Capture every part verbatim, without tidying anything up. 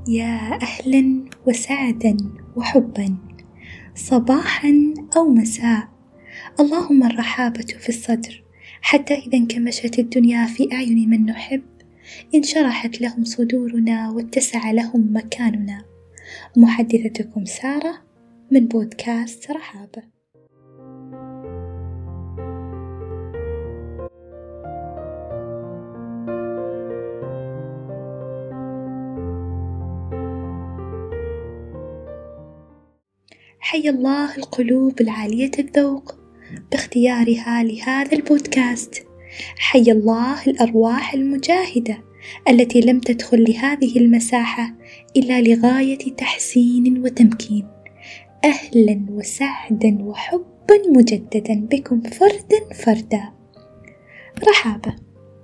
يا أهلا وسعدا وحبا صباحا أو مساء، اللهم الرحابة في الصدر، حتى إذا انكمشت الدنيا في أعين من نحب انشرحت لهم صدورنا واتسع لهم مكاننا. محدثتكم سارة من بودكاست رحابة. حيا الله القلوب العالية الذوق باختيارها لهذا البودكاست. حيا الله الأرواح المجاهدة التي لم تدخل لهذه المساحة إلا لغاية تحسين وتمكين. أهلا وسعدا وحبا مجددا بكم فردا فردا. رحابة،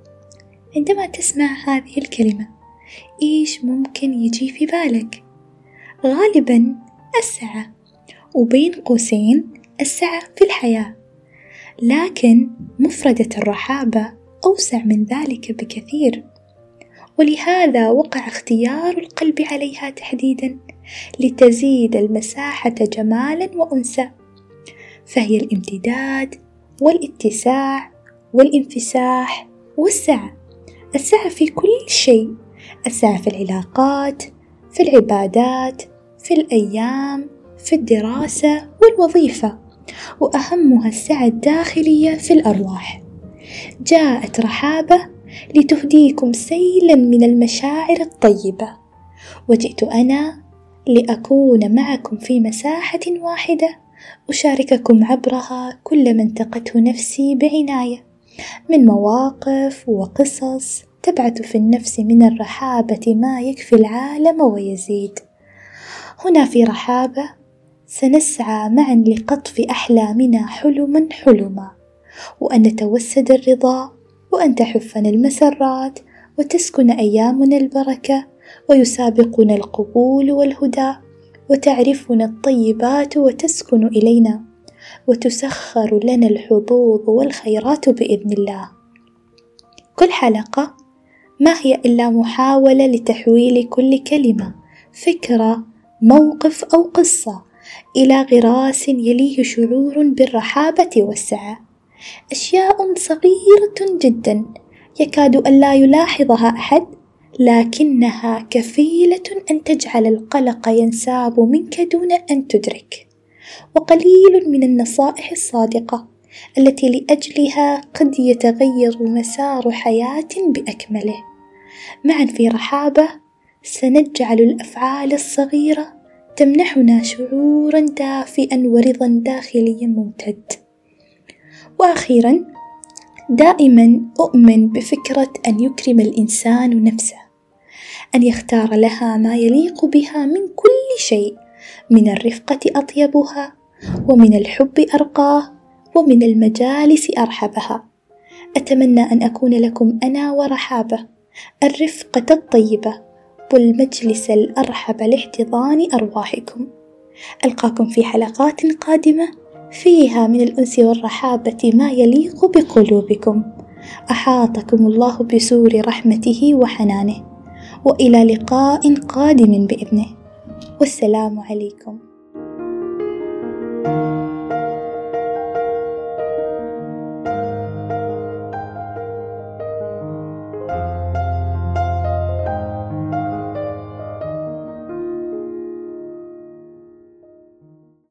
عندما تسمع هذه الكلمة إيش ممكن يجي في بالك؟ غالبا السعة، وبين قوسين السعة في الحياة، لكن مفردة الرحابة أوسع من ذلك بكثير، ولهذا وقع اختيار القلب عليها تحديدا لتزيد المساحة جمالا وأنسا، فهي الامتداد والاتساع والانفساح والسعة. السعة في كل شيء، السعة في العلاقات، في العبادات، في الأيام، في الدراسة والوظيفة، وأهمها السعة الداخلية في الأرواح. جاءت رحابة لتهديكم سيلا من المشاعر الطيبة، وجئت أنا لأكون معكم في مساحة واحدة أشارككم عبرها كل ما انتقته نفسي بعناية من مواقف وقصص تبعث في النفس من الرحابة ما يكفي العالم ويزيد. هنا في رحابة سنسعى معا لقطف أحلامنا حلما حلما، وأن نتوسد الرضا، وأن تحفنا المسرات، وتسكن أيامنا البركة، ويسابقنا القبول والهدى، وتعرفنا الطيبات وتسكن إلينا، وتسخر لنا الحظوظ والخيرات بإذن الله. كل حلقة ما هي إلا محاولة لتحويل كل كلمة، فكرة، موقف أو قصة إلى غراس يليه شعور بالرحابة والسعة. أشياء صغيرة جدا يكاد أن لا يلاحظها أحد، لكنها كفيلة أن تجعل القلق ينساب منك دون أن تدرك. وقليل من النصائح الصادقة التي لأجلها قد يتغير مسار حياة بأكمله. معا في رحابة سنجعل الأفعال الصغيرة تمنحنا شعورا دافئا ورضا داخليا ممتد. وأخيرا، دائما أؤمن بفكرة أن يكرم الإنسان نفسه، أن يختار لها ما يليق بها من كل شيء، من الرفقة أطيبها، ومن الحب أرقاه، ومن المجالس أرحبها. أتمنى أن أكون لكم أنا ورحابة الرفقة الطيبة والمجلس الأرحب لاحتضان أرواحكم. ألقاكم في حلقات قادمة فيها من الأنس والرحابة ما يليق بقلوبكم. أحاطكم الله بسور رحمته وحنانه، وإلى لقاء قادم بإذنه، والسلام عليكم.